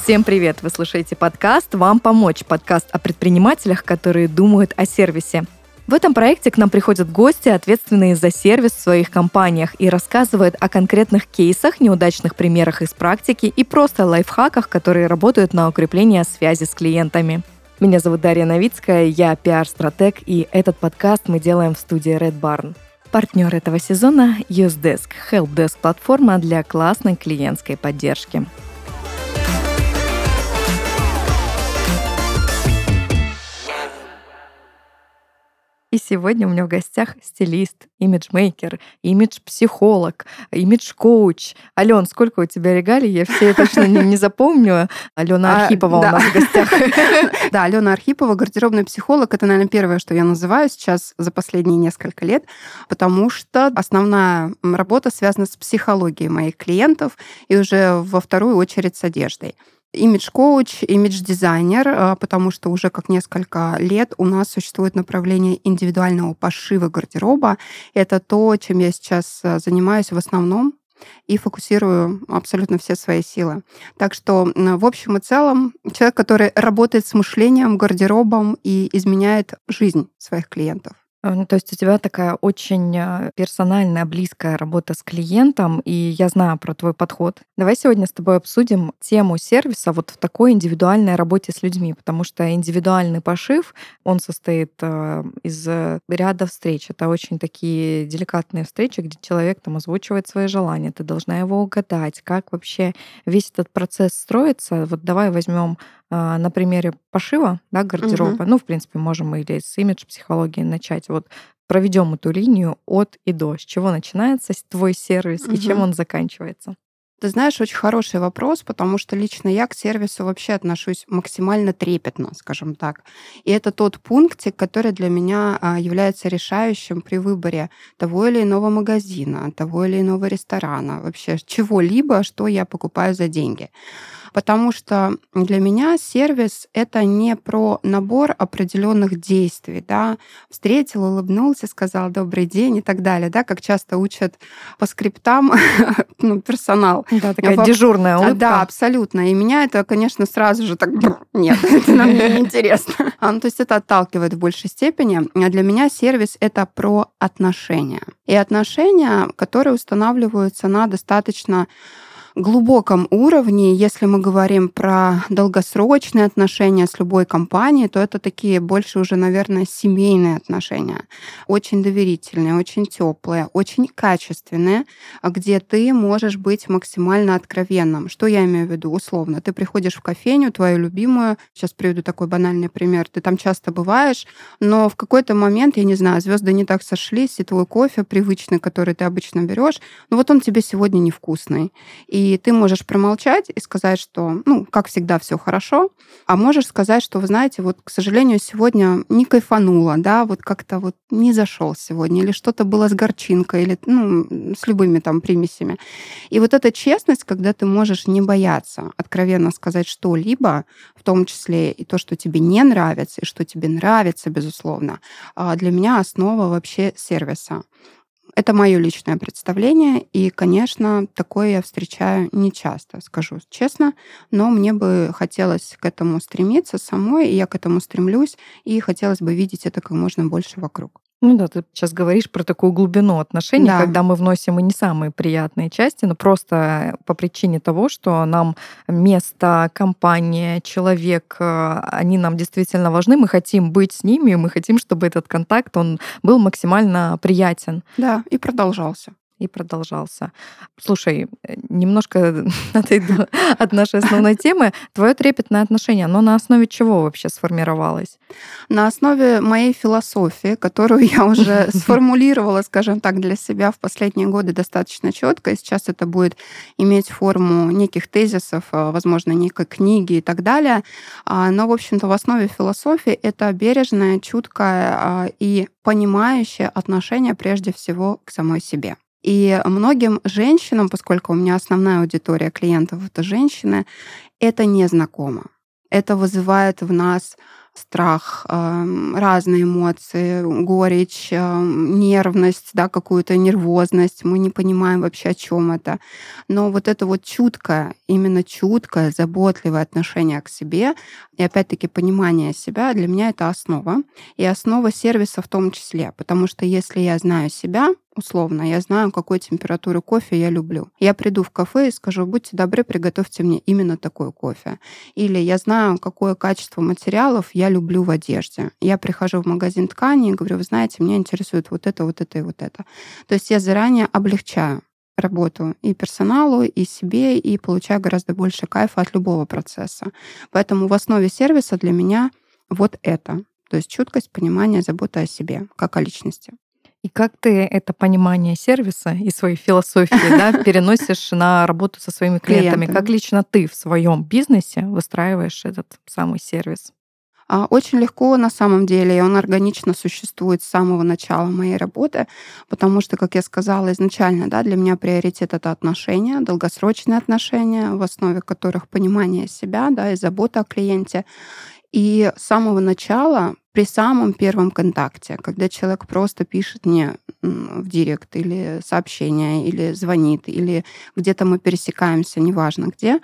Всем привет! Вы слушаете подкаст «Вам помочь», подкаст о предпринимателях, которые думают о сервисе. В этом проекте к нам приходят гости, ответственные за сервис в своих компаниях, и рассказывают о конкретных кейсах, неудачных примерах из практики и просто лайфхаках, которые работают на укрепление связи с клиентами. Меня зовут Дарья Новицкая, я пиар-стратег, и этот подкаст мы делаем в студии Red Barn. Партнер этого сезона – UseDesk, helpdesk-платформа для классной клиентской поддержки. И сегодня у меня в гостях стилист, имиджмейкер, имидж-психолог, имидж-коуч. Ален, сколько у тебя регалий? Я все точно не запомню. Алена Архипова у нас в гостях. Да, Алена Архипова, гардеробный психолог. Это, наверное, первое, что я называю сейчас за последние несколько лет, потому что основная работа связана с психологией моих клиентов и уже во вторую очередь с одеждой. Имидж-коуч, имидж-дизайнер, потому что уже как несколько лет у нас существует направление индивидуального пошива гардероба. Это то, чем я сейчас занимаюсь в основном и фокусирую абсолютно все свои силы. Так что, в общем и целом, человек, который работает с мышлением, гардеробом и изменяет жизнь своих клиентов. То есть у тебя такая очень персональная, близкая работа с клиентом, и я знаю про твой подход. Давай сегодня с тобой обсудим тему сервиса вот в такой индивидуальной работе с людьми, потому что индивидуальный пошив, он состоит из ряда встреч. Это очень такие деликатные встречи, где человек там озвучивает свои желания, ты должна его угадать, как вообще весь этот процесс строится. Вот давай возьмем на примере пошива, да, гардероба. В принципе, можем или с имидж-психологии начать. Вот проведем эту линию от и до. С чего начинается твой сервис и чем он заканчивается? Ты знаешь, очень хороший вопрос, потому что лично я к сервису вообще отношусь максимально трепетно, скажем так. И это тот пунктик, который для меня является решающим при выборе того или иного магазина, того или иного ресторана, вообще чего-либо, что я покупаю за деньги. Потому что для меня сервис — это не про набор определенных действий, да, встретил, улыбнулся, сказал «добрый день» и так далее, да, как часто учат по скриптам персонал. Да, такая дежурная улыбка. Да, абсолютно. И меня это, конечно, сразу же так нет, это нам не интересно. То есть это отталкивает в большей степени. А для меня сервис — это про отношения. И отношения, которые устанавливаются на достаточно глубоком уровне. Если мы говорим про долгосрочные отношения с любой компанией, то это такие больше уже, наверное, семейные отношения. Очень доверительные, очень теплые, очень качественные, где ты можешь быть максимально откровенным. Что я имею в виду? Условно, ты приходишь в кофейню, твою любимую, сейчас приведу такой банальный пример, ты там часто бываешь, но в какой-то момент, я не знаю, звезды не так сошлись, и твой кофе привычный, который ты обычно берешь, вот он тебе сегодня невкусный. И ты можешь промолчать и сказать, что, как всегда, все хорошо, а можешь сказать, что, вы знаете, вот, к сожалению, сегодня не кайфанула, да, вот как-то вот не зашел сегодня, или что-то было с горчинкой, или, с любыми там примесями. И вот эта честность, когда ты можешь не бояться откровенно сказать что-либо, в том числе и то, что тебе не нравится, и что тебе нравится, безусловно, для меня основа вообще сервиса. Это мое личное представление, и, конечно, такое я встречаю нечасто, скажу честно, но мне бы хотелось к этому стремиться самой, и я к этому стремлюсь, и хотелось бы видеть это как можно больше вокруг. Да, ты сейчас говоришь про такую глубину отношений, Да. когда мы вносим и не самые приятные части, но просто по причине того, что нам место, компания, человек, они нам действительно важны, мы хотим быть с ними, мы хотим, чтобы этот контакт, он был максимально приятен. Да, и продолжался. Слушай, немножко отойду от нашей основной темы. Твое трепетное отношение, оно на основе чего вообще сформировалось? На основе моей философии, которую я уже сформулировала, скажем так, для себя в последние годы достаточно четко, и сейчас это будет иметь форму неких тезисов, возможно, некой книги и так далее. Но, в общем-то, в основе философии это бережное, чуткое и понимающее отношение прежде всего к самой себе. И многим женщинам, поскольку у меня основная аудитория клиентов — это женщины, это незнакомо. Это вызывает в нас страх, разные эмоции, горечь, нервность, да, какую-то нервозность. Мы не понимаем вообще, о чем это. Но вот это вот чуткое, именно чуткое, заботливое отношение к себе и опять-таки понимание себя, для меня это основа. И основа сервиса в том числе. Потому что если я знаю себя, условно, я знаю, какой температуры кофе я люблю. Я приду в кафе и скажу: будьте добры, приготовьте мне именно такой кофе. Или я знаю, какое качество материалов я люблю в одежде. Я прихожу в магазин ткани и говорю: вы знаете, меня интересует вот это, вот это и вот это. То есть я заранее облегчаю работу и персоналу, и себе, и получаю гораздо больше кайфа от любого процесса. Поэтому в основе сервиса для меня вот это. То есть чуткость, понимание, забота о себе, как о личности. И как ты это понимание сервиса и своей философии, да, переносишь на работу со своими клиентами? Как Клиентами. лично ты в своем бизнесе выстраиваешь этот самый сервис? Очень легко на самом деле, и он органично существует с самого начала моей работы, потому что, как я сказала изначально, да, для меня приоритет — это отношения, долгосрочные отношения, в основе которых понимание себя, да, и забота о клиенте. И с самого начала, при самом первом контакте, когда человек просто пишет мне в директ или сообщение, или звонит, или где-то мы пересекаемся, неважно где,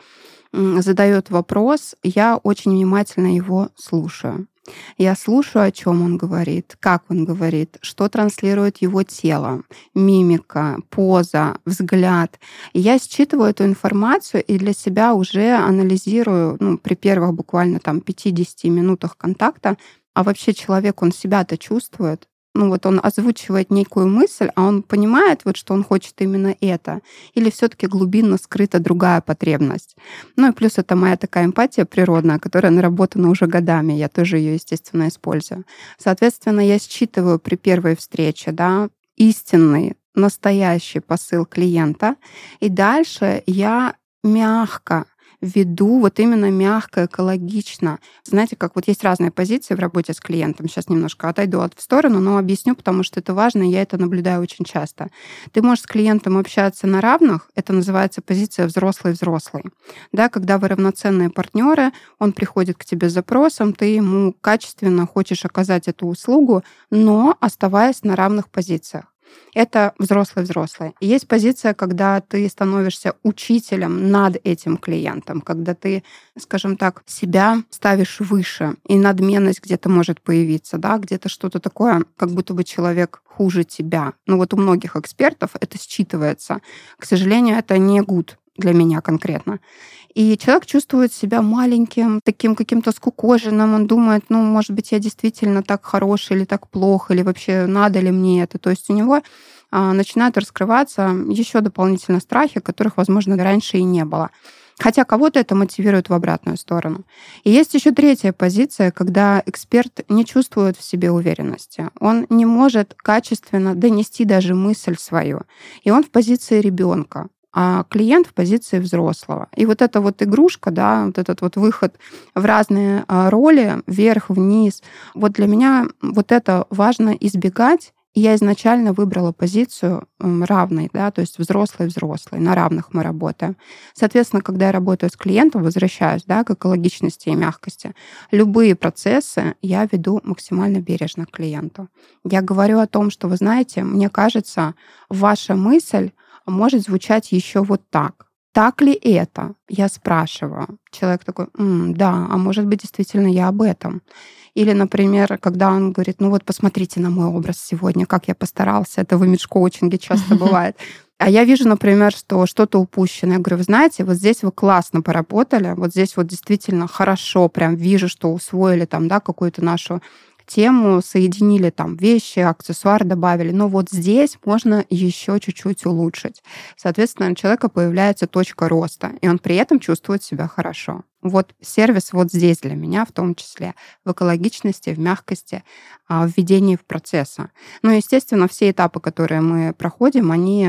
задает вопрос, я очень внимательно его слушаю. Я слушаю, о чем он говорит, как он говорит, что транслирует его тело, мимика, поза, взгляд. И я считываю эту информацию и для себя уже анализирую, при первых буквально 50 минутах контакта, а вообще человек, он себя-то чувствует. Вот он озвучивает некую мысль, а он понимает, что он хочет именно это, или все-таки глубинно скрыта другая потребность. И плюс это моя такая эмпатия природная, которая наработана уже годами, я тоже ее, естественно, использую. Соответственно, я считываю при первой встрече, да, истинный, настоящий посыл клиента, и дальше я мягко веду, именно мягко, экологично. Знаете, как есть разные позиции в работе с клиентом. Сейчас немножко отойду в сторону, но объясню, потому что это важно, и я это наблюдаю очень часто. Ты можешь с клиентом общаться на равных, это называется позиция взрослый-взрослый. Да, когда вы равноценные партнеры, он приходит к тебе с запросом, ты ему качественно хочешь оказать эту услугу, но оставаясь на равных позициях. Это взрослый-взрослый. Есть позиция, когда ты становишься учителем над этим клиентом, когда ты, скажем так, себя ставишь выше, и надменность где-то может появиться, да, где-то что-то такое, как будто бы человек хуже тебя. У многих экспертов это считывается. К сожалению, это не good для меня конкретно. И человек чувствует себя маленьким, таким каким-то скукоженным. Он думает, может быть, я действительно так хорош или так плохо, или вообще надо ли мне это. То есть у него начинают раскрываться еще дополнительно страхи, которых, возможно, раньше и не было. Хотя кого-то это мотивирует в обратную сторону. И есть еще третья позиция, когда эксперт не чувствует в себе уверенности. Он не может качественно донести даже мысль свою. И он в позиции ребенка, а клиент в позиции взрослого. И эта игрушка, да, этот выход в разные роли, вверх, вниз, для меня это важно избегать. И я изначально выбрала позицию равной, да, то есть взрослый-взрослый, на равных мы работаем. Соответственно, когда я работаю с клиентом, возвращаюсь, да, к экологичности и мягкости, любые процессы я веду максимально бережно к клиенту. Я говорю о том, что, вы знаете, мне кажется, ваша мысль может звучать еще вот так. Так ли это? Я спрашиваю. Человек такой: да, а может быть, действительно я об этом. Или, например, когда он говорит: посмотрите на мой образ сегодня, как я постарался. Это в имидж-коучинге часто бывает. А я вижу, например, что что-то упущено. Я говорю: вы знаете, здесь вы классно поработали, здесь действительно хорошо, прям вижу, что усвоили какую-то нашу тему, соединили вещи, аксессуары добавили, но здесь можно еще чуть-чуть улучшить. Соответственно, у человека появляется точка роста, и он при этом чувствует себя хорошо. Сервис здесь для меня, в том числе в экологичности, в мягкости, в введении в процесса. Естественно, все этапы, которые мы проходим, они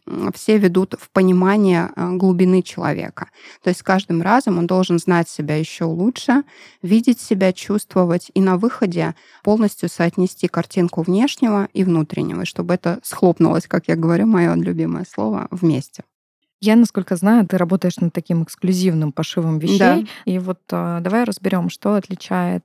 все ведут в понимание глубины человека. То есть с каждым разом он должен знать себя еще лучше, видеть себя, чувствовать и на выходе полностью соотнести картинку внешнего и внутреннего, чтобы это схлопнулось, как я говорю, мое любимое слово, вместе. Я, насколько знаю, ты работаешь над таким эксклюзивным пошивом Да. вещей. И вот давай разберем, что отличает,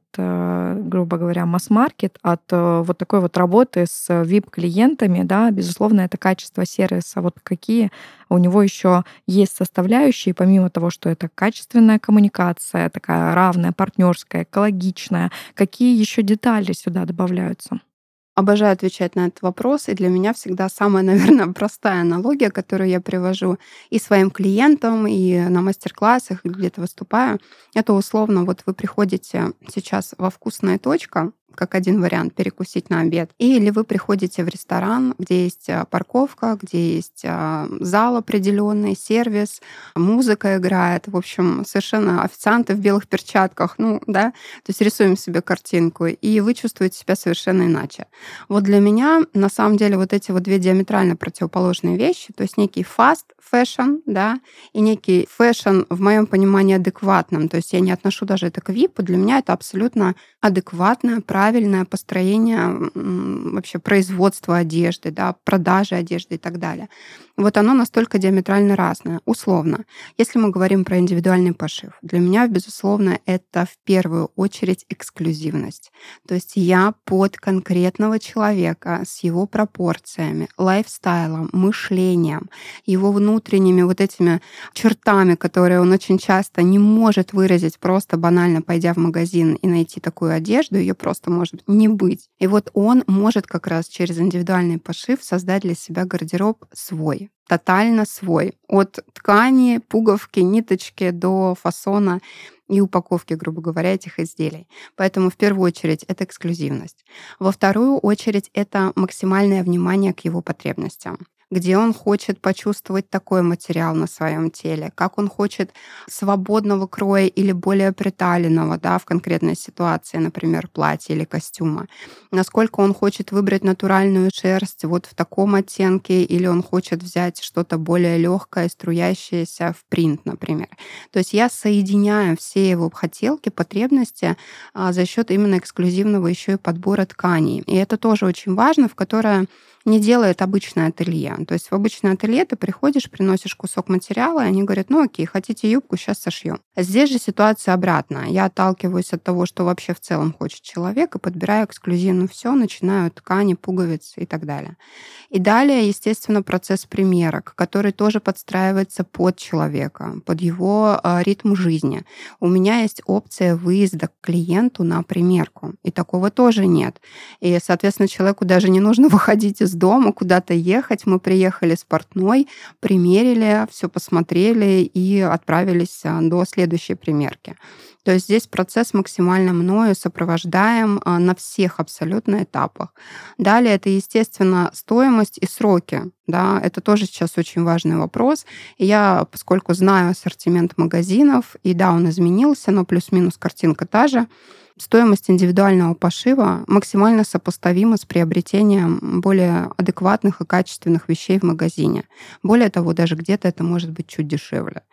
грубо говоря, масс-маркет от вот такой вот работы с VIP-клиентами, да, безусловно, это качество сервиса. Вот какие у него еще есть составляющие, помимо того, что это качественная коммуникация, такая равная, партнерская, экологичная, какие еще детали сюда добавляются? Обожаю отвечать на этот вопрос, и для меня всегда самая, наверное, простая аналогия, которую я привожу и своим клиентам, и на мастер-классах, и где-то выступаю. Это условно, вот вы приходите сейчас во «Вкусная точка», как один вариант перекусить на обед. Или вы приходите в ресторан, где есть парковка, где есть зал определенный, сервис, музыка играет. В общем, совершенно официанты в белых перчатках, ну, да, то есть рисуем себе картинку, и вы чувствуете себя совершенно иначе. Вот для меня, на самом деле, вот эти вот две диаметрально противоположные вещи, то есть некий fast fashion, да, и некий fashion в моем понимании адекватном, то есть я не отношу даже это к VIP, для меня это абсолютно адекватное, правильное построение вообще производства одежды, да, продажи одежды и так далее. Вот оно настолько диаметрально разное. Условно, если мы говорим про индивидуальный пошив, для меня, безусловно, это в первую очередь эксклюзивность. То есть я под конкретного человека с его пропорциями, лайфстайлом, мышлением, его внутренними вот этими чертами, которые он очень часто не может выразить просто банально пойдя в магазин и найти такую одежду, ее просто может не быть. И вот он может как раз через индивидуальный пошив создать для себя гардероб свой, тотально свой. От ткани, пуговки, ниточки до фасона и упаковки, грубо говоря, этих изделий. Поэтому в первую очередь это эксклюзивность. Во вторую очередь это максимальное внимание к его потребностям, где он хочет почувствовать такой материал на своем теле, как он хочет свободного кроя или более приталенного, да, в конкретной ситуации, например, платья или костюма, насколько он хочет выбрать натуральную шерсть вот в таком оттенке, или он хочет взять что-то более легкое, струящееся в принт, например. То есть я соединяю все его хотелки, потребности за счет именно эксклюзивного еще и подбора тканей. И это тоже очень важно, в которое не делает обычное ателье. То есть в обычное ателье ты приходишь, приносишь кусок материала, и они говорят, ну окей, хотите юбку, сейчас сошьем. Здесь же ситуация обратная. Я отталкиваюсь от того, что вообще в целом хочет человек, и подбираю эксклюзивно все, начинаю от ткани, пуговиц и так далее. И далее, естественно, процесс примерок, который тоже подстраивается под человека, под его ритм жизни. У меня есть опция выезда к клиенту на примерку, и такого тоже нет. И, соответственно, человеку даже не нужно выходить из дома, куда-то ехать. Мы приехали с портной, примерили, все посмотрели и отправились до следующей примерки. То есть здесь процесс максимально мною сопровождаем на всех абсолютно этапах. Далее это, естественно, стоимость и сроки. Да, это тоже сейчас очень важный вопрос. И я, поскольку знаю ассортимент магазинов, и да, он изменился, но плюс-минус картинка та же, стоимость индивидуального пошива максимально сопоставима с приобретением более адекватных и качественных вещей в магазине. Более того, даже где-то это может быть чуть дешевле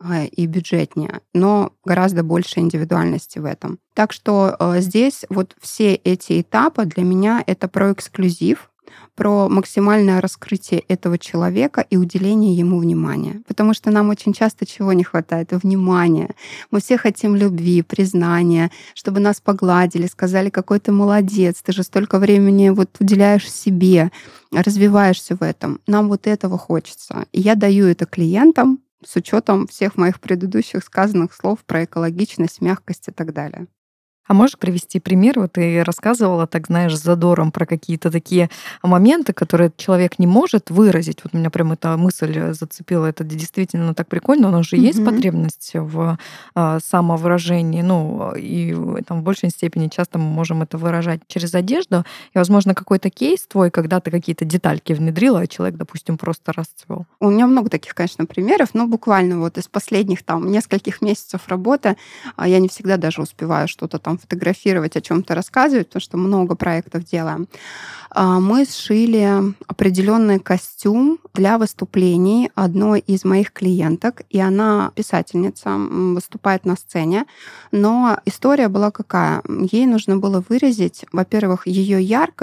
и бюджетнее, но гораздо больше индивидуальности в этом. Так что здесь вот все эти этапы для меня это про эксклюзив, про максимальное раскрытие этого человека и уделение ему внимания. Потому что нам очень часто чего не хватает? Внимания. Мы все хотим любви, признания, чтобы нас погладили, сказали, какой ты молодец, ты же столько времени вот уделяешь себе, развиваешься в этом. Нам вот этого хочется. И я даю это клиентам с учетом всех моих предыдущих сказанных слов про экологичность, мягкость и так далее. А можешь привести пример? Вот ты рассказывала, так знаешь, с задором про какие-то такие моменты, которые человек не может выразить. Вот меня прям эта мысль зацепила. Это действительно так прикольно. У нас же есть Мгм. потребность в самовыражении. Ну, и там в большей степени часто мы можем это выражать через одежду. И, возможно, какой-то кейс твой, когда ты какие-то детальки внедрила, а человек, допустим, просто расцвел. У меня много таких, конечно, примеров, но буквально вот из последних там нескольких месяцев работы я не всегда даже успеваю что-то там фотографировать, о чем-то рассказывать, потому что много проектов делаем. Мы сшили определенный костюм для выступлений одной из моих клиенток, и она писательница, выступает на сцене, но история была какая? Ей нужно было выразить, во-первых, ее яркость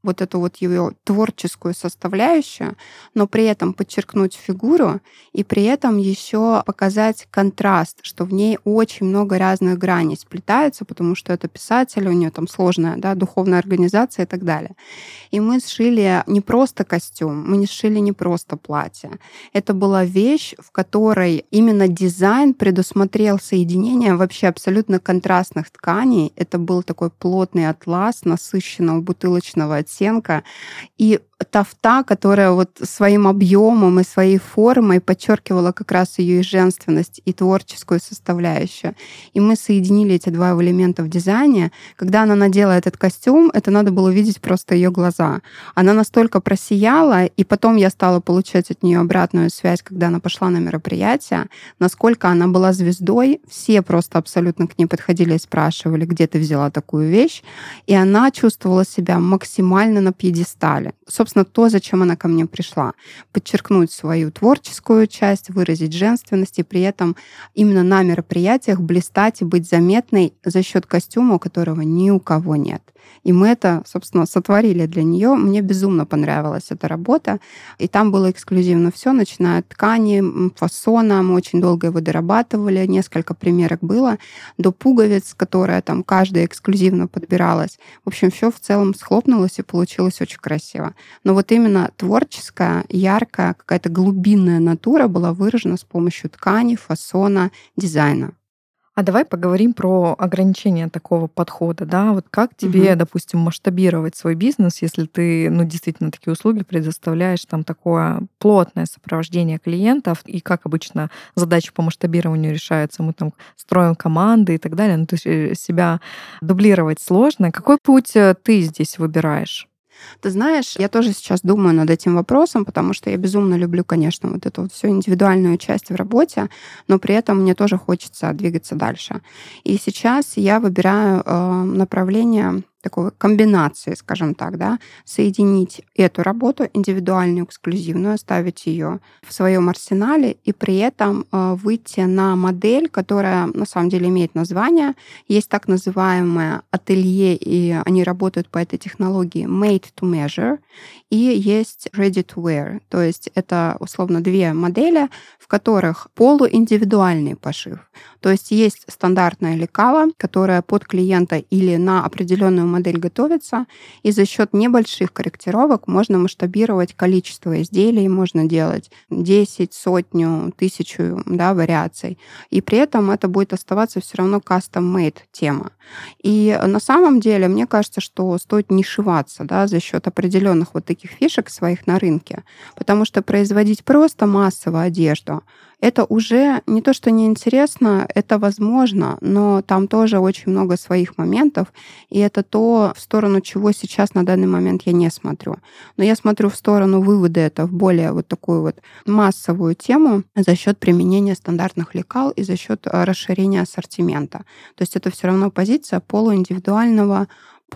вот эту вот ее творческую составляющую, но при этом подчеркнуть фигуру и при этом еще показать контраст, что в ней очень много разных граней сплетается, потому что это писатель, у нее там сложная, да, духовная организация и так далее. И мы сшили не просто костюм, мы не сшили не просто платье. Это была вещь, в которой именно дизайн предусмотрел соединение вообще абсолютно контрастных тканей. Это был такой плотный атлас насыщенного бутылочного оттенка. И тафта, которая вот своим объемом и своей формой подчеркивала как раз ее и женственность, и творческую составляющую. И мы соединили эти два элемента в дизайне. Когда она надела этот костюм, это надо было видеть просто ее глаза. Она настолько просияла, и потом я стала получать от нее обратную связь, когда она пошла на мероприятие, насколько она была звездой. Все просто абсолютно к ней подходили и спрашивали, где ты взяла такую вещь. И она чувствовала себя максимально на пьедестале. Собственно, то, зачем она ко мне пришла. Подчеркнуть свою творческую часть, выразить женственность и при этом именно на мероприятиях блистать и быть заметной за счет костюма, у которого ни у кого нет. И мы это, собственно, сотворили для нее. Мне безумно понравилась эта работа. И там было эксклюзивно все, начиная от ткани, фасона. Мы очень долго его дорабатывали. Несколько примерок было. До пуговиц, которая там каждая эксклюзивно подбиралась. В общем, все в целом схлопнулось и получилось очень красиво. Но вот именно творческая, яркая, какая-то глубинная натура была выражена с помощью ткани, фасона, дизайна. А давай поговорим про ограничения такого подхода, да, вот как тебе, допустим, масштабировать свой бизнес, если ты, ну, действительно такие услуги предоставляешь, там такое плотное сопровождение клиентов, и как обычно задачи по масштабированию решаются, мы там строим команды и так далее, ну, то есть себя дублировать сложно. Какой путь ты здесь выбираешь? Ты знаешь, я тоже сейчас думаю над этим вопросом, потому что я безумно люблю, конечно, вот эту вот всю индивидуальную часть в работе, но при этом мне тоже хочется двигаться дальше. И сейчас я выбираю направление такой комбинации, скажем так, да, соединить эту работу индивидуальную, эксклюзивную, оставить ее в своем арсенале и при этом выйти на модель, которая на самом деле имеет название. Есть так называемое ателье, и они работают по этой технологии made to measure, и есть ready to wear. То есть это условно две модели, в которых полуиндивидуальный пошив. То есть есть стандартное лекало, которое под клиента или на определенную модель готовится, и за счет небольших корректировок можно масштабировать количество изделий, можно делать 10, сотню, 1000, да, вариаций. И при этом это будет оставаться все равно custom-made тема. И на самом деле, мне кажется, что стоит нишеваться, да, за счет определенных вот таких фишек своих на рынке, потому что производить просто массово одежду, это уже не то, что неинтересно, это возможно, но там тоже очень много своих моментов, и это то, в сторону чего сейчас на данный момент я не смотрю. Но я смотрю в сторону вывода это в более вот такую вот массовую тему за счет применения стандартных лекал и за счет расширения ассортимента. То есть это все равно позиция полуиндивидуального,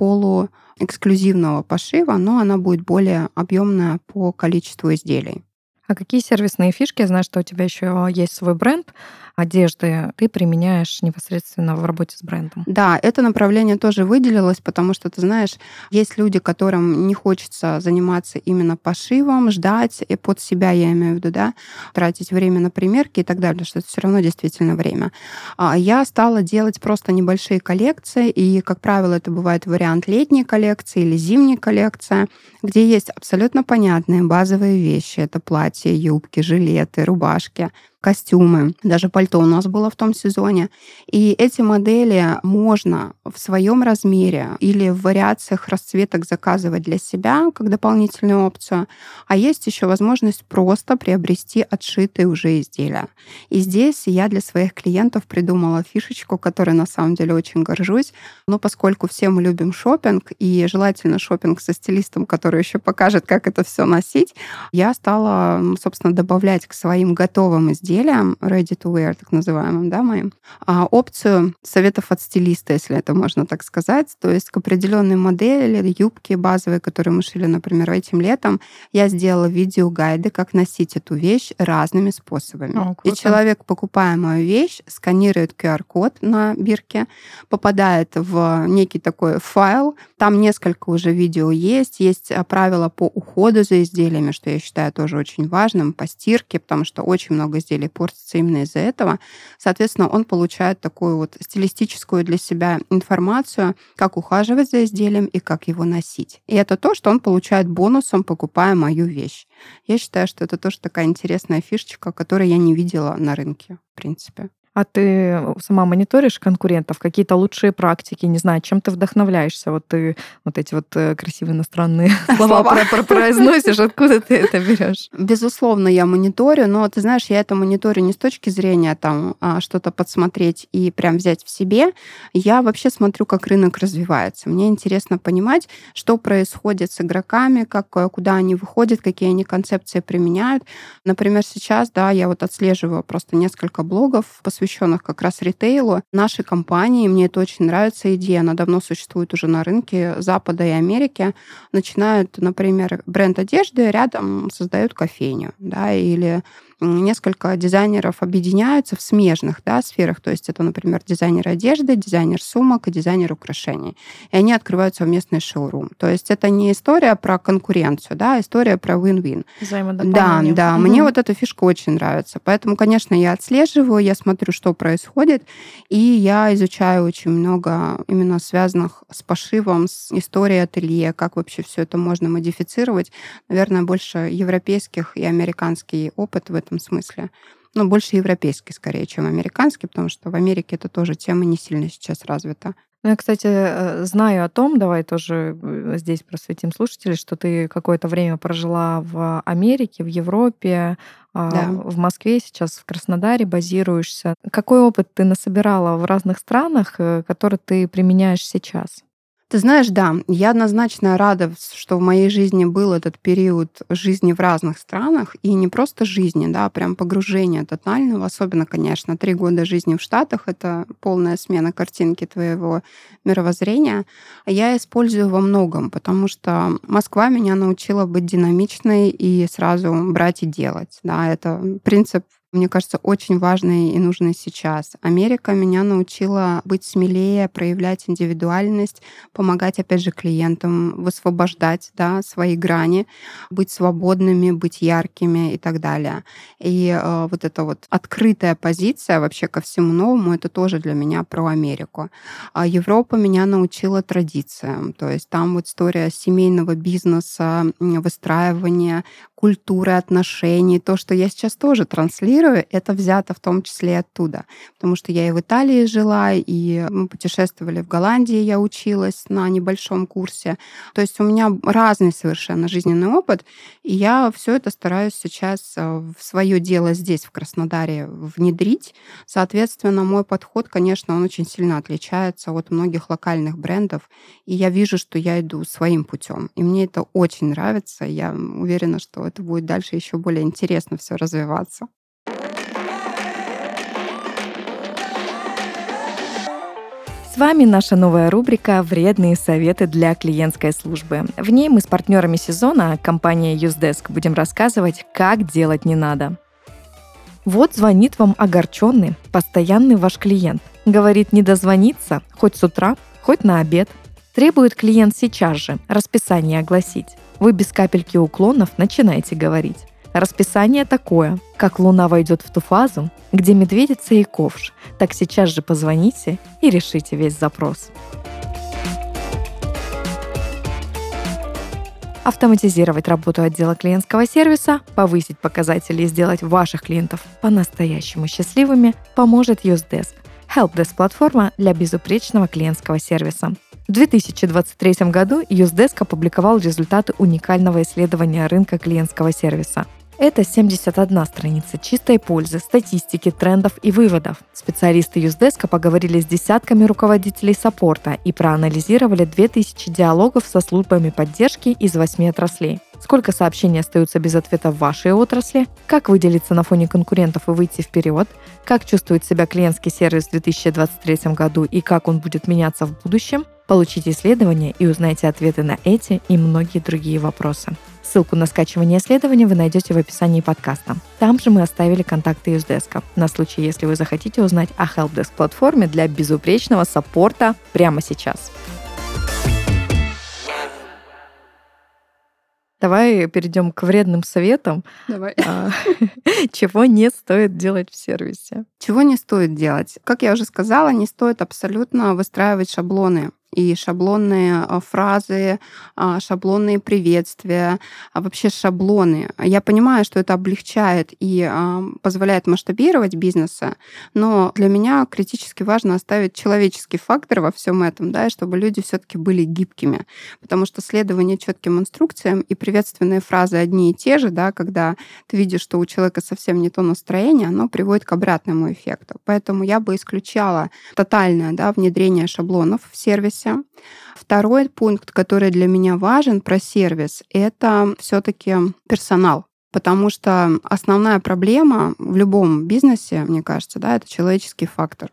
полуэксклюзивного пошива, но она будет более объемная по количеству изделий. А какие сервисные фишки, я знаю, что у тебя еще есть свой бренд одежды, ты применяешь непосредственно в работе с брендом? Да, это направление тоже выделилось, потому что, ты знаешь, есть люди, которым не хочется заниматься именно пошивом, ждать, и под себя, я имею в виду, да, тратить время на примерки и так далее, что это все равно действительно время. Я стала делать просто небольшие коллекции, и, как правило, это бывает вариант летней коллекции или зимней коллекции, где есть абсолютно понятные базовые вещи. Это платья, юбки, жилеты, рубашки, костюмы, даже пальто у нас было в том сезоне. И эти модели можно в своем размере или в вариациях расцветок заказывать для себя как дополнительную опцию. А есть еще возможность просто приобрести отшитые уже изделия. И здесь я для своих клиентов придумала фишечку, которой на самом деле очень горжусь. Но поскольку все мы любим шопинг, и желательно шопинг со стилистом, который еще покажет, как это все носить, я стала, собственно, добавлять к своим готовым изделиям изделиям, ready to wear, так называемым, да, моим, опцию советов от стилиста, если это можно так сказать. То есть к определенной модели, юбки базовые, которые мы шили, например, этим летом, я сделала видеогайды, как носить эту вещь разными способами. И человек, покупая мою вещь, сканирует QR-код на бирке, попадает в некий такой файл. Там несколько уже видео есть правила по уходу за изделиями, что я считаю тоже очень важным, по стирке, потому что очень много изделий портится именно из-за этого. Соответственно, он получает такую вот стилистическую для себя информацию, как ухаживать за изделием и как его носить. И это то, что он получает бонусом, покупая мою вещь. Я считаю, что это тоже такая интересная фишечка, которую я не видела на рынке, в принципе. А ты сама мониторишь конкурентов, какие-то лучшие практики, не знаю, чем ты вдохновляешься? Вот ты вот эти вот красивые иностранные слова произносишь, откуда ты это берешь? Безусловно, я мониторю, но ты знаешь, я это мониторю не с точки зрения там что-то подсмотреть и прям взять в себе. Я вообще смотрю, как рынок развивается. Мне интересно понимать, что происходит с игроками, куда они выходят, какие они концепции применяют. Например, сейчас, да, я вот отслеживаю просто несколько блогов, посвященных как раз ритейлу, нашей компании. Мне это очень нравится идея. Она давно существует уже на рынке Запада и Америки. Начинают, например, бренд одежды рядом создают кофейню, да, или несколько дизайнеров объединяются в смежных, да, сферах. То есть это, например, дизайнер одежды, дизайнер сумок и дизайнер украшений. И они открывают совместный шоурум. То есть это не история про конкуренцию, да, а история про win-win. Взаимодополнение. Да, мне вот эта фишка очень нравится. Поэтому, конечно, я отслеживаю, я смотрю, что происходит, и я изучаю очень много именно связанных с пошивом, с историей ателье, как вообще все это можно модифицировать. Наверное, больше европейских и американский опыт в этом смысле. Но больше европейский, скорее, чем американский, потому что в Америке это тоже тема не сильно сейчас развита. Я, кстати, знаю о том, давай тоже здесь просветим слушателей, что ты какое-то время прожила в Америке, в Европе, Да. в Москве, сейчас в Краснодаре базируешься. Какой опыт ты насобирала в разных странах, который ты применяешь сейчас? Ты знаешь, да, я однозначно рада, что в моей жизни был этот период жизни в разных странах, и не просто жизни, да, а прям погружения тотального, особенно, конечно, 3 года жизни в Штатах — это полная смена картинки твоего мировоззрения. Я использую во многом, потому что Москва меня научила быть динамичной и сразу брать и делать. Да, это принцип, мне кажется, очень важный и нужный сейчас. Америка меня научила быть смелее, проявлять индивидуальность, помогать, опять же, клиентам, высвобождать, да, свои грани, быть свободными, быть яркими и так далее. И вот эта вот открытая позиция вообще ко всему новому — это тоже для меня про Америку. А Европа меня научила традициям. То есть там вот история семейного бизнеса, выстраивания культуры отношений, то, что я сейчас тоже транслирую, это взято в том числе оттуда. Потому что я и в Италии жила, и мы путешествовали в Голландии, я училась на небольшом курсе. То есть у меня разный совершенно жизненный опыт, и я все это стараюсь сейчас в свое дело здесь, в Краснодаре, внедрить. Соответственно, мой подход, конечно, он очень сильно отличается от многих локальных брендов, и я вижу, что я иду своим путем. И мне это очень нравится. Я уверена, что это будет дальше еще более интересно все развиваться. С вами наша новая рубрика «Вредные советы для клиентской службы». В ней мы с партнерами сезона, компанией Юздеск, будем рассказывать, как делать не надо. Вот звонит вам огорченный, постоянный ваш клиент. Говорит не дозвониться, хоть с утра, хоть на обед. Требует клиент сейчас же расписание огласить. Вы без капельки уклонов начинаете говорить. Расписание такое: как Луна войдет в ту фазу, где медведица и ковш, так сейчас же позвоните и решите весь запрос. Автоматизировать работу отдела клиентского сервиса, повысить показатели и сделать ваших клиентов по-настоящему счастливыми поможет Юздеск – helpdesk-платформа для безупречного клиентского сервиса. В 2023 году Юздеск опубликовал результаты уникального исследования рынка клиентского сервиса. Это 71 страница чистой пользы, статистики, трендов и выводов. Специалисты Юздеска поговорили с десятками руководителей саппорта и проанализировали 2000 диалогов со службами поддержки из 8 отраслей. сколько сообщений остаются без ответа в вашей отрасли, как выделиться на фоне конкурентов и выйти вперед, как чувствует себя клиентский сервис в 2023 году и как он будет меняться в будущем. Получите исследование и узнайте ответы на эти и многие другие вопросы. Ссылку на скачивание исследования вы найдете в описании подкаста. Там же мы оставили контакты Юздеска на случай, если вы захотите узнать о Helpdesk-платформе для безупречного саппорта прямо сейчас. Давай перейдем к вредным советам. Давай. Чего не стоит делать в сервисе? Чего не стоит делать? Как я уже сказала, не стоит абсолютно выстраивать шаблоны. И шаблонные фразы, шаблонные приветствия, вообще шаблоны. Я понимаю, что это облегчает и позволяет масштабировать бизнесы, но для меня критически важно оставить человеческий фактор во всем этом, да, и чтобы люди все-таки были гибкими. Потому что следование четким инструкциям и приветственные фразы одни и те же, да, когда ты видишь, что у человека совсем не то настроение, оно приводит к обратному эффекту. Поэтому я бы исключала тотальное, да, внедрение шаблонов в сервисе. Второй пункт, который для меня важен про сервис, это все-таки персонал. Потому что основная проблема в любом бизнесе, мне кажется, да, это человеческий фактор.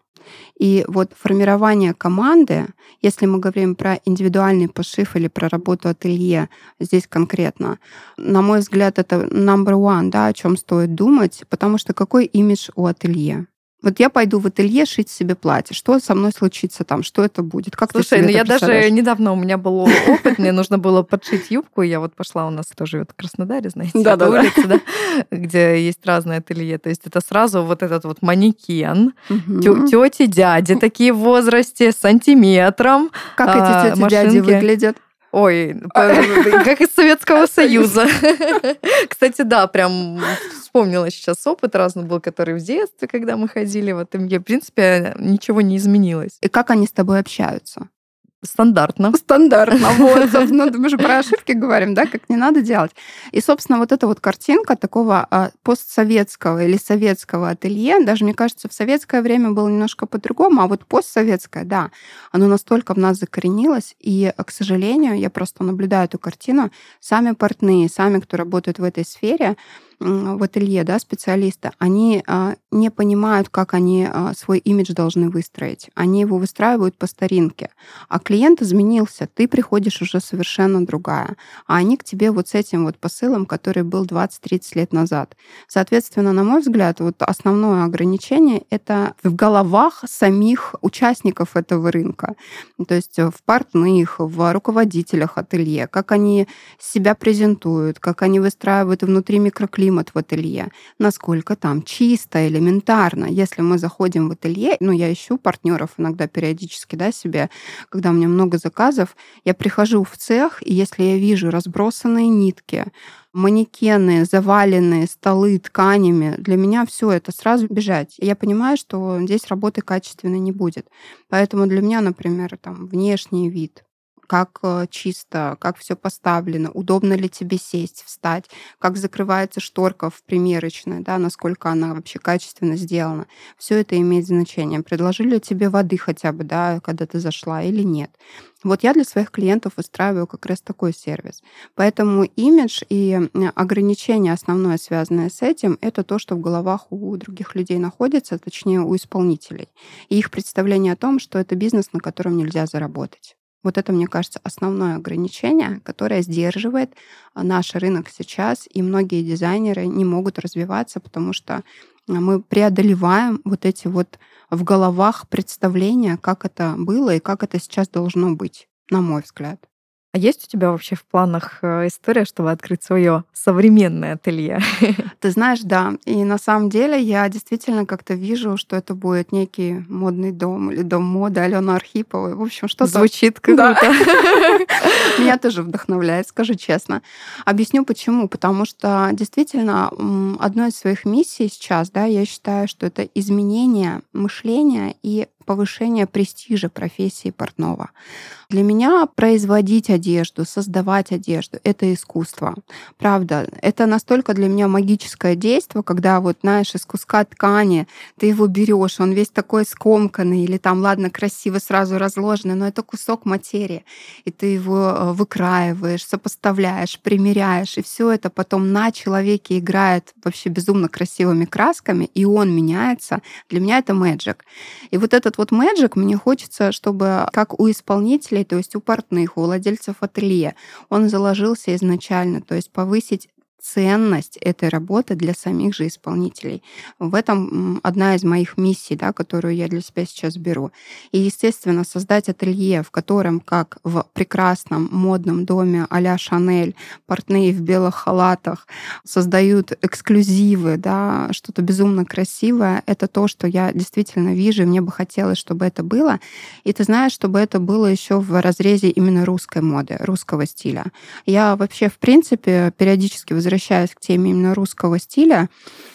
И вот формирование команды, если мы говорим про индивидуальный пошив или про работу ателье, здесь конкретно, на мой взгляд, это number one, да, о чем стоит думать, потому что какой имидж у ателье? Вот я пойду в ателье шить себе платье. Что со мной случится там? Что это будет? Как Слушай, ты себе ну это я даже представляешь? недавно у меня был опыт, мне нужно было подшить юбку, и я вот пошла, у нас кто живет в Краснодаре, знаете, Да-да-да. улица, да, где есть разные ателье. То есть это сразу вот этот вот манекен, тети, дяди такие в возрасте, с сантиметром. Как эти тети, дяди машинки. выглядят? Ой, как из Советского Союза. Кстати, да, прям вспомнила сейчас опыт разный был, который в детстве, когда мы ходили в ателье. В принципе, ничего не изменилось. И как они с тобой общаются? Стандартно. Стандартно. Вот, собственно, мы же про ошибки говорим, да, как не надо делать. И, собственно, вот эта вот картинка такого постсоветского или советского ателье, даже, мне кажется, в советское время было немножко по-другому, а вот постсоветское, да, оно настолько в нас закоренилось, и, к сожалению, я просто наблюдаю эту картину, сами портные, сами, кто работает в этой сфере, в ателье, да, специалисты, они не понимают, как они свой имидж должны выстроить. Они его выстраивают по старинке. А клиент изменился, ты приходишь уже совершенно другая. А они к тебе вот с этим вот посылом, который был 20-30 лет назад. Соответственно, на мой взгляд, вот основное ограничение — это в головах самих участников этого рынка. То есть в портных, в руководителях ателье, как они себя презентуют, как они выстраивают внутри микроклимат в ателье, насколько там чисто, элементарно. Если мы заходим в ателье, ну, я ищу партнеров иногда периодически, да, себе, когда у меня много заказов, я прихожу в цех, и если я вижу разбросанные нитки, манекены, заваленные столы тканями, для меня все это сразу бежать. Я понимаю, что здесь работы качественной не будет. Поэтому для меня, например, там внешний вид, как чисто, как все поставлено, удобно ли тебе сесть, встать, как закрывается шторка в примерочной, да, насколько она вообще качественно сделана. Все это имеет значение. Предложили тебе воды хотя бы, да, когда ты зашла или нет. Вот я для своих клиентов выстраиваю как раз такой сервис. Поэтому имидж и ограничение основное, связанное с этим, это то, что в головах у других людей находится, точнее, у исполнителей. И их представление о том, что это бизнес, на котором нельзя заработать. Вот это, мне кажется, основное ограничение, которое сдерживает наш рынок сейчас, и многие дизайнеры не могут развиваться, потому что мы преодолеваем вот эти вот в головах представления, как это было и как это сейчас должно быть, на мой взгляд. А есть у тебя вообще в планах история, чтобы открыть свое современное ателье? Ты знаешь, да. И на самом деле я действительно как-то вижу, что это будет некий модный дом или дом моды Алены Архиповой. В общем, что-то... Звучит круто. Меня тоже вдохновляет, скажу честно. Объясню почему. Потому что действительно одной из своих миссий сейчас, да, я считаю, что это изменение мышления и повышение престижа профессии портного. Для меня производить одежду, создавать одежду — это искусство. Правда, это настолько для меня магическое действие, когда вот, знаешь, из куска ткани ты его берешь, он весь такой скомканный или там, ладно, красиво сразу разложенный, но это кусок материи, и ты его выкраиваешь, сопоставляешь, примеряешь, и все это потом на человеке играет вообще безумно красивыми красками, и он меняется. Для меня это мэджик. И вот этот вот мэджик мне хочется, чтобы как у исполнителей, то есть у портных, у владельцев ателье, он заложился изначально, то есть повысить ценность этой работы для самих же исполнителей. В этом одна из моих миссий, да, которую я для себя сейчас беру. И, естественно, создать ателье, в котором, как в прекрасном модном доме а-ля Шанель, портные в белых халатах создают эксклюзивы, да, что-то безумно красивое, это то, что я действительно вижу, и мне бы хотелось, чтобы это было. И ты знаешь, чтобы это было еще в разрезе именно русской моды, русского стиля. Я вообще, в принципе, периодически возвращаюсь к теме именно русского стиля.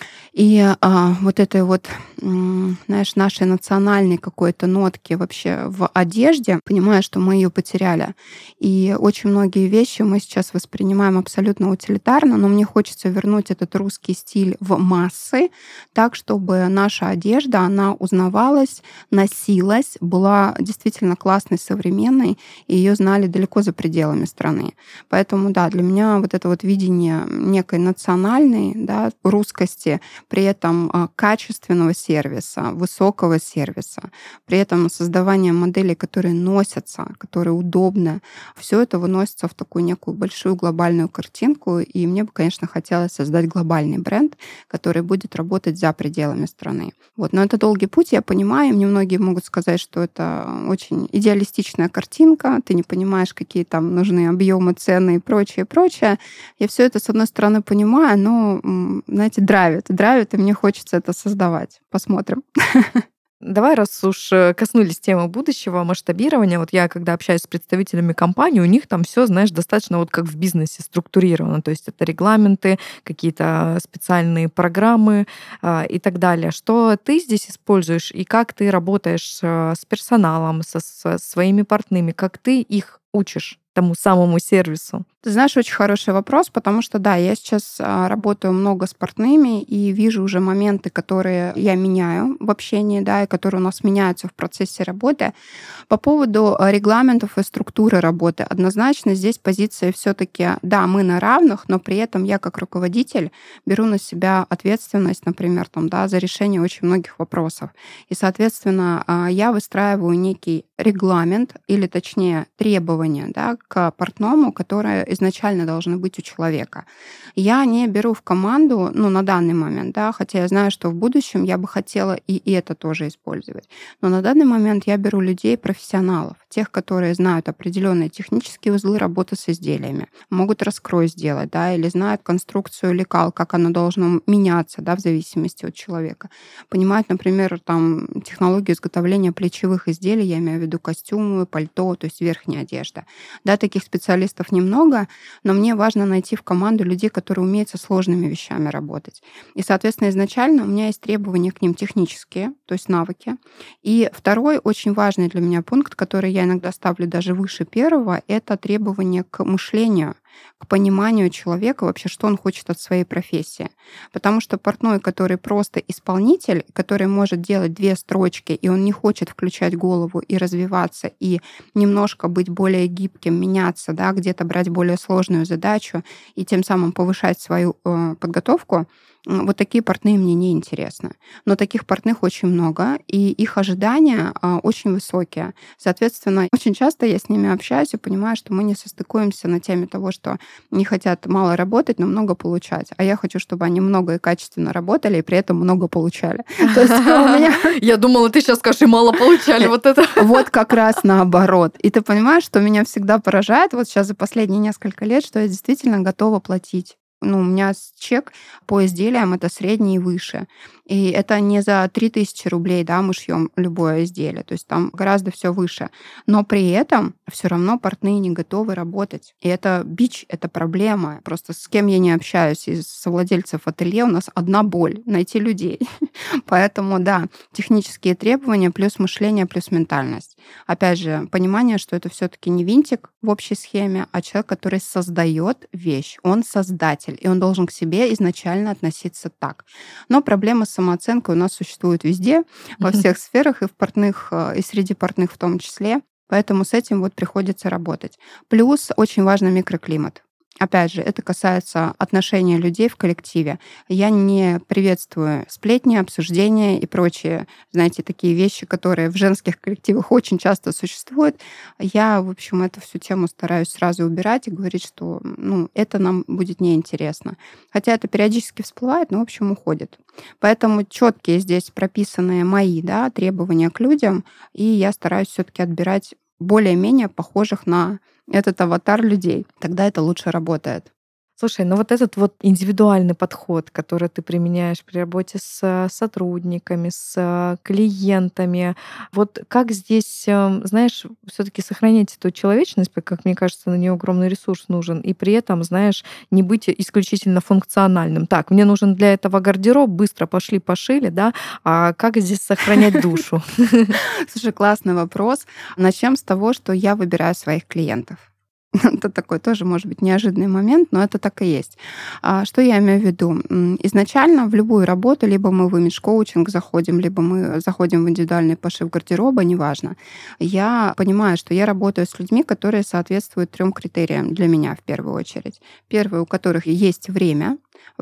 И вот этой вот, знаешь, нашей национальной какой-то нотки вообще в одежде, понимая, что мы ее потеряли. И очень многие вещи мы сейчас воспринимаем абсолютно утилитарно, но мне хочется вернуть этот русский стиль в массы, так, чтобы наша одежда, она узнавалась, носилась, была действительно классной, современной, и ее знали далеко за пределами страны. Поэтому, да, для меня вот это вот видение некой национальной, да, русскости, при этом качественного сервиса, высокого сервиса, при этом создавание моделей, которые носятся, которые удобны, все это выносится в такую некую большую глобальную картинку. И мне бы, конечно, хотелось создать глобальный бренд, который будет работать за пределами страны. Вот. Но это долгий путь, я понимаю. И мне многие могут сказать, что это очень идеалистичная картинка, ты не понимаешь, какие там нужны объемы, цены и прочее, прочее. Я все это, с одной стороны, понимаю, но, знаете, драйвит, и мне хочется это создавать. Посмотрим. Давай, раз уж коснулись темы будущего, масштабирования, вот я, когда общаюсь с представителями компании, у них там все, знаешь, достаточно вот как в бизнесе структурировано, то есть это регламенты, какие-то специальные программы и так далее. Что ты здесь используешь и как ты работаешь с персоналом, со своими партнерами, как ты их учишь тому самому сервису? Ты знаешь, очень хороший вопрос, потому что, да, я сейчас работаю много с партнерами и вижу уже моменты, которые я меняю в общении, да, и которые у нас меняются в процессе работы. По поводу регламентов и структуры работы, однозначно здесь позиция все-таки, да, мы на равных, но при этом я как руководитель беру на себя ответственность, например, там, да, за решение очень многих вопросов. И, соответственно, я выстраиваю некий регламент, или точнее требования, да, к портному, которые изначально должны быть у человека. Я не беру в команду, на данный момент, да, хотя я знаю, что в будущем я бы хотела и это тоже использовать. Но на данный момент я беру людей, профессионалов, тех, которые знают определенные технические узлы работы с изделиями, могут раскрой сделать, да, или знают конструкцию лекал, как оно должно меняться, да, в зависимости от человека. Понимают, например, там технологию изготовления плечевых изделий, я имею в виду костюмы, пальто, то есть верхняя одежда. Да, таких специалистов немного, но мне важно найти в команду людей, которые умеют со сложными вещами работать. И, соответственно, изначально у меня есть требования к ним технические, то есть навыки. И второй очень важный для меня пункт, который я иногда ставлю даже выше первого, это требования к мышлению, к пониманию человека вообще, что он хочет от своей профессии. Потому что портной, который просто исполнитель, который может делать 2 строчки, и он не хочет включать голову и развиваться, и немножко быть более гибким, меняться, да, где-то брать более сложную задачу и тем самым повышать свою подготовку, вот такие портные мне не интересны. Но таких портных очень много, и их ожидания очень высокие. Соответственно, очень часто я с ними общаюсь и понимаю, что мы не состыкуемся на теме того, что они хотят мало работать, но много получать. А я хочу, чтобы они много и качественно работали, и при этом много получали. То есть у меня... Я думала, ты сейчас скажешь, и мало получали вот это. Вот как раз наоборот. И ты понимаешь, что меня всегда поражает вот сейчас за последние несколько лет, что я действительно готова платить у меня чек по изделиям это средний и выше. И это не за 3000 рублей, да, мы шьем любое изделие. То есть там гораздо все выше. Но при этом все равно портные не готовы работать. И это бич, это проблема. Просто с кем я не общаюсь из совладельцев ателье, у нас одна боль — найти людей. Поэтому, да, технические требования плюс мышление, плюс ментальность. Опять же, понимание, что это все-таки не винтик в общей схеме, а человек, который создает вещь. Он создатель, и он должен к себе изначально относиться так. Но проблема с самооценкой у нас существует везде, во всех сферах, и в портных, и среди портных в том числе. Поэтому с этим вот приходится работать. Плюс очень важный микроклимат. Опять же, это касается отношения людей в коллективе. Я не приветствую сплетни, обсуждения и прочие, знаете, такие вещи, которые в женских коллективах очень часто существуют. Я, в общем, эту всю тему стараюсь сразу убирать и говорить, что это нам будет неинтересно. Хотя это периодически всплывает, но, в общем, уходит. Поэтому четкие здесь прописанные мои, да, требования к людям, и я стараюсь все-таки отбирать более-менее похожих на этот аватар людей. Тогда это лучше работает. Слушай, вот этот вот индивидуальный подход, который ты применяешь при работе с сотрудниками, с клиентами, вот как здесь, знаешь, все-таки сохранять эту человечность, как мне кажется, на нее огромный ресурс нужен, и при этом, знаешь, не быть исключительно функциональным. Так, мне нужен для этого гардероб, быстро пошли, пошили, да, а как здесь сохранять душу? Слушай, классный вопрос. Начнем с того, что я выбираю своих клиентов. Это такой тоже, может быть, неожиданный момент, но это так и есть. Что я имею в виду? Изначально в любую работу либо мы в имидж-коучинг заходим, либо мы заходим в индивидуальный пошив гардероба, неважно. Я понимаю, что я работаю с людьми, которые соответствуют 3 критериям для меня в первую очередь. Первый, у которых есть время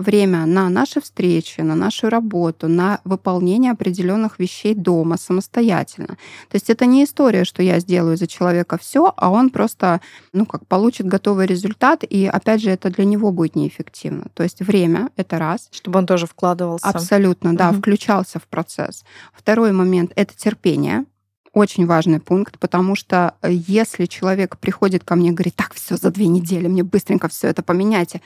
на наши встречи, на нашу работу, на выполнение определенных вещей дома самостоятельно. То есть это не история, что я сделаю за человека все, а он просто, получит готовый результат, и опять же это для него будет неэффективно. То есть время — это раз. Чтобы он тоже вкладывался. Абсолютно, да, включался в процесс. Второй момент — это терпение. Очень важный пункт, потому что если человек приходит ко мне и говорит: так, все за 2 недели, мне быстренько все это поменяйте,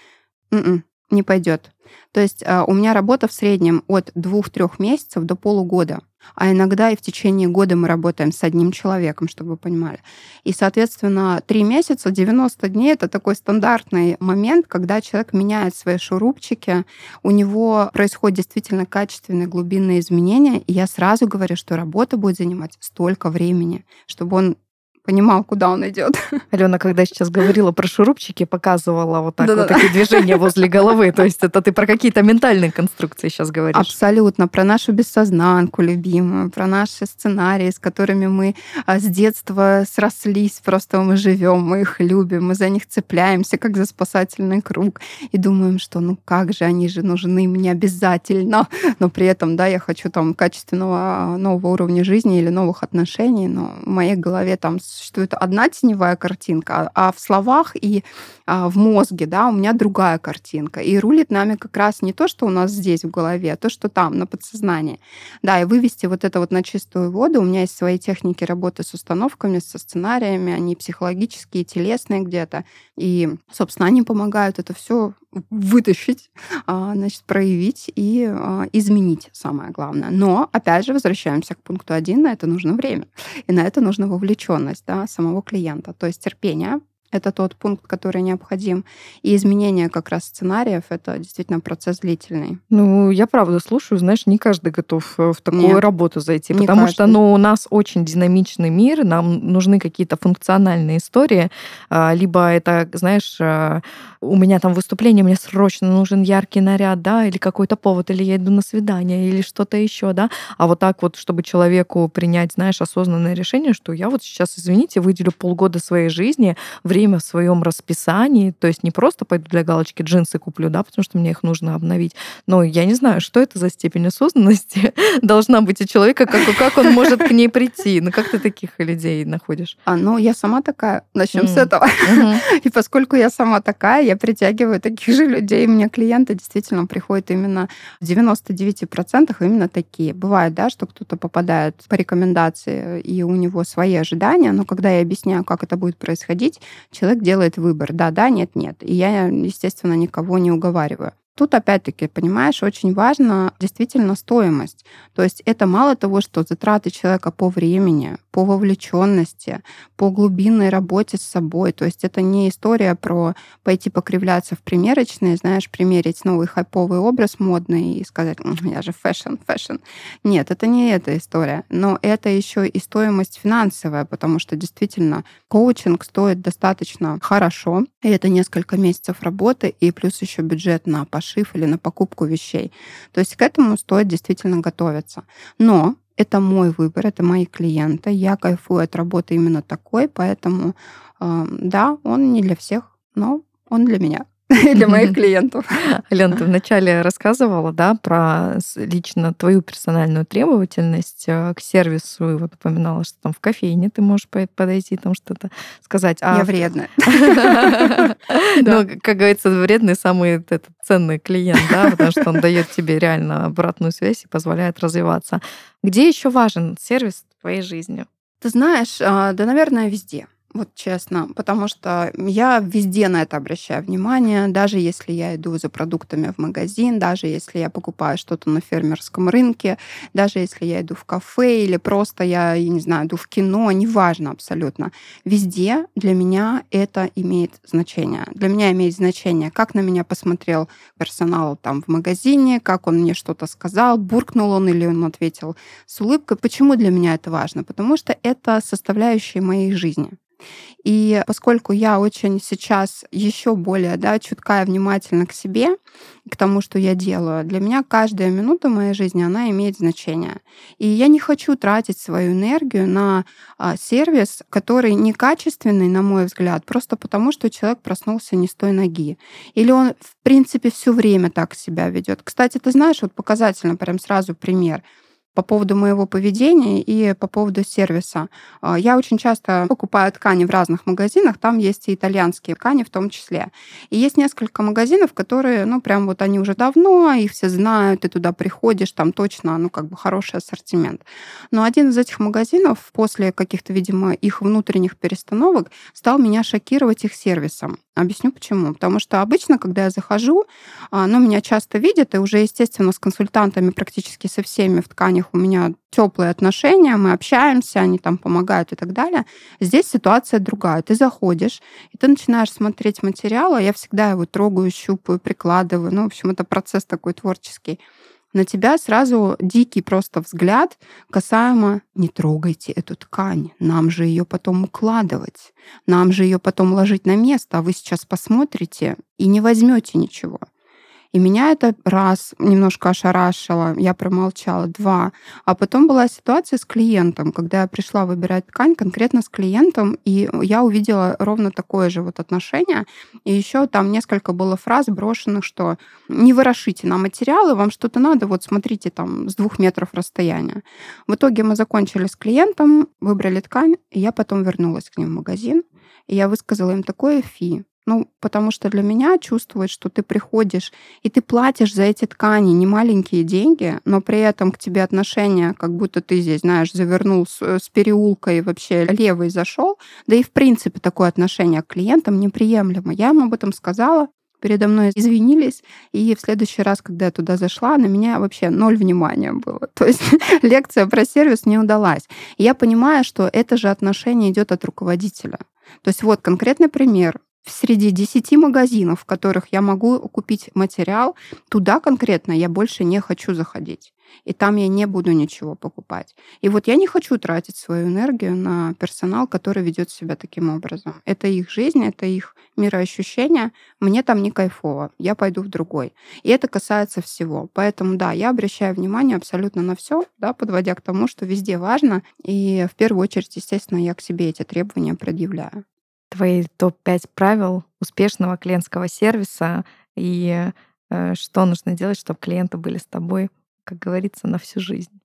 не пойдет. То есть у меня работа в среднем от 2-3 месяцев до полугода. А иногда и в течение года мы работаем с одним человеком, чтобы вы понимали. И, соответственно, 3 месяца, 90 дней — это такой стандартный момент, когда человек меняет свои шурупчики, у него происходят действительно качественные глубинные изменения, и я сразу говорю, что работа будет занимать столько времени, чтобы он понимал, куда он идет. Алена, когда сейчас говорила про шурупчики, показывала вот так вот такие движения возле головы. То есть это ты про какие-то ментальные конструкции сейчас говоришь? Абсолютно. Про нашу бессознанку любимую, про наши сценарии, с которыми мы с детства срослись, просто мы живем, мы их любим, мы за них цепляемся, как за спасательный круг, и думаем, что как же, они же нужны мне обязательно. Но при этом, да, я хочу там качественного нового уровня жизни или новых отношений, но в моей голове там существует одна теневая картинка, а в словах и в мозге, да, у меня другая картинка. И рулит нами как раз не то, что у нас здесь в голове, а то, что там, на подсознании. Да, и вывести вот это вот на чистую воду. У меня есть свои техники работы с установками, со сценариями, они психологические, телесные где-то. И, собственно, они помогают это все вытащить, проявить и изменить, самое главное. Но, опять же, возвращаемся к пункту 1, на это нужно время. И на это нужна вовлеченность, да, самого клиента. То есть терпение — это тот пункт, который необходим. И изменение как раз сценариев — это действительно процесс длительный. Я правда слушаю, знаешь, не каждый готов в такую работу зайти, потому что у нас очень динамичный мир, нам нужны какие-то функциональные истории, либо это, знаешь, у меня там выступление, мне срочно нужен яркий наряд, да, или какой-то повод, или я иду на свидание, или что-то еще, да, а вот так вот, чтобы человеку принять, знаешь, осознанное решение, что я вот сейчас, извините, выделю полгода своей жизни, время в своем расписании, то есть не просто пойду для галочки джинсы куплю, да, потому что мне их нужно обновить, но я не знаю, что это за степень осознанности должна быть у человека, как он может к ней прийти. Как ты таких людей находишь? Я сама такая. Начнем с этого. И поскольку я сама такая, я притягиваю таких же людей. У меня клиенты действительно приходят именно в 99% именно такие. Бывает, да, что кто-то попадает по рекомендации, и у него свои ожидания, но когда я объясняю, как это будет происходить, Человек делает выбор. Да, да, нет, нет. И я, естественно, никого не уговариваю. Тут опять-таки, понимаешь, очень важно действительно стоимость. То есть это мало того, что затраты человека по времени, по вовлеченности, по глубинной работе с собой. То есть это не история про пойти покривляться в примерочной, знаешь, примерить новый хайповый образ модный и сказать, я же фэшн. Нет, это не эта история. Но это еще и стоимость финансовая, потому что действительно коучинг стоит достаточно хорошо. И это несколько месяцев работы, и плюс еще бюджет на пошив или на покупку вещей. То есть к этому стоит действительно готовиться. Но это мой выбор, это мои клиенты. Я кайфую от работы именно такой, поэтому да, он не для всех, но он для меня. И для моих клиентов. Лен, ты вначале рассказывала, да, про лично твою персональную требовательность к сервису, и вот упоминала, что там в кофейне ты можешь подойти, там что-то сказать. Я вредная. Ну, как говорится, вредный самый этот ценный клиент, да, потому что он дает тебе реально обратную связь и позволяет развиваться. Где еще важен сервис в твоей жизни? Ты знаешь, да, наверное, везде. Вот честно, потому что я везде на это обращаю внимание, даже если я иду за продуктами в магазин, даже если я покупаю что-то на фермерском рынке, даже если я иду в кафе или просто я не знаю, иду в кино, неважно абсолютно. Везде для меня это имеет значение. Для меня имеет значение, как на меня посмотрел персонал там в магазине, как он мне что-то сказал, буркнул он или он ответил с улыбкой. Почему для меня это важно? Потому что это составляющая моей жизни. И поскольку я очень сейчас еще более чуткая и внимательна к себе, к тому, что я делаю, для меня каждая минута моей жизни, она имеет значение. И я не хочу тратить свою энергию на сервис, который некачественный, на мой взгляд, просто потому, что человек проснулся не с той ноги. Или он, в принципе, все время так себя ведет. Кстати, ты знаешь, вот показательно, прям сразу пример по поводу моего поведения и по поводу сервиса. Я очень часто покупаю ткани в разных магазинах, там есть и итальянские ткани в том числе. И есть несколько магазинов, которые, прям вот они уже давно, их все знают, ты туда приходишь, там точно, хороший ассортимент. Но один из этих магазинов после каких-то, видимо, их внутренних перестановок стал меня шокировать их сервисом. Объясню почему. Потому что обычно, когда я захожу, меня часто видят, и уже, естественно, с консультантами практически со всеми в тканях у меня теплые отношения, мы общаемся, они там помогают и так далее. Здесь ситуация другая. Ты заходишь, и ты начинаешь смотреть материал, а я всегда его трогаю, щупаю, прикладываю. В общем, это процесс такой творческий. На тебя сразу дикий просто взгляд касаемо «не трогайте эту ткань, нам же ее потом укладывать, нам же ее потом ложить на место, а вы сейчас посмотрите и не возьмете ничего». И меня это раз немножко ошарашило, я промолчала, два. А потом была ситуация с клиентом, когда я пришла выбирать ткань конкретно с клиентом, и я увидела ровно такое же вот отношение. И еще там несколько было фраз брошенных, что не ворошите на материалы, вам что-то надо, вот смотрите там с 2 метров расстояния. В итоге мы закончили с клиентом, выбрали ткань, и я потом вернулась к ним в магазин, и я высказала им такое фи. Потому что для меня чувствовать, что ты приходишь и ты платишь за эти ткани немаленькие деньги, но при этом к тебе отношение, как будто ты здесь, знаешь, завернул с переулка и вообще левый зашел, да и в принципе такое отношение к клиентам неприемлемо. Я им об этом сказала, передо мной извинились, и в следующий раз, когда я туда зашла, на меня вообще 0 внимания было. То есть лекция про сервис не удалась. И я понимаю, что это же отношение идет от руководителя. То есть вот конкретный пример. Среди 10 магазинов, в которых я могу купить материал, туда конкретно я больше не хочу заходить. И там я не буду ничего покупать. И вот я не хочу тратить свою энергию на персонал, который ведет себя таким образом. Это их жизнь, это их мироощущение. Мне там не кайфово. Я пойду в другой. И это касается всего. Поэтому, да, я обращаю внимание абсолютно на все, подводя к тому, что везде важно. И в первую очередь, естественно, я к себе эти требования предъявляю. Твои топ-5 правил успешного клиентского сервиса и что нужно делать, чтобы клиенты были с тобой, как говорится, на всю жизнь.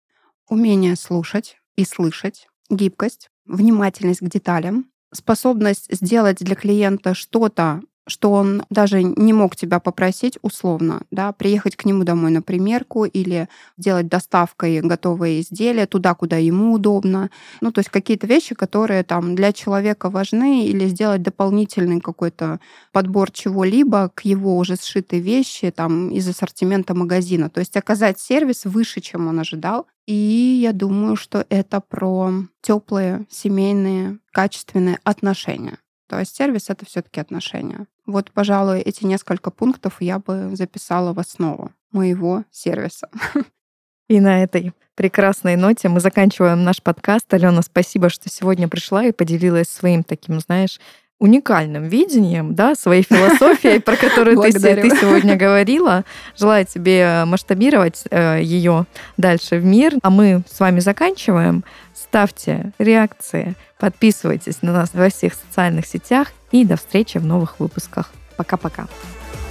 Умение слушать и слышать, гибкость, внимательность к деталям, способность сделать для клиента что-то что он даже не мог тебя попросить условно, да, приехать к нему домой на примерку или делать доставкой готовые изделия туда, куда ему удобно. Ну, то есть какие-то вещи, которые там для человека важны, или сделать дополнительный какой-то подбор чего-либо к его уже сшитой вещи там из ассортимента магазина. То есть оказать сервис выше, чем он ожидал. И я думаю, что это про теплые, семейные, качественные отношения. То есть сервис — это все-таки отношения. Вот, пожалуй, эти несколько пунктов я бы записала в основу моего сервиса. И на этой прекрасной ноте мы заканчиваем наш подкаст. Алена, спасибо, что сегодня пришла и поделилась своим таким, знаешь, уникальным видением, да, своей философией, про которую ты сегодня говорила. Желаю тебе масштабировать ее дальше в мир. А мы с вами заканчиваем. Ставьте реакции, подписывайтесь на нас во всех социальных сетях и до встречи в новых выпусках. Пока-пока.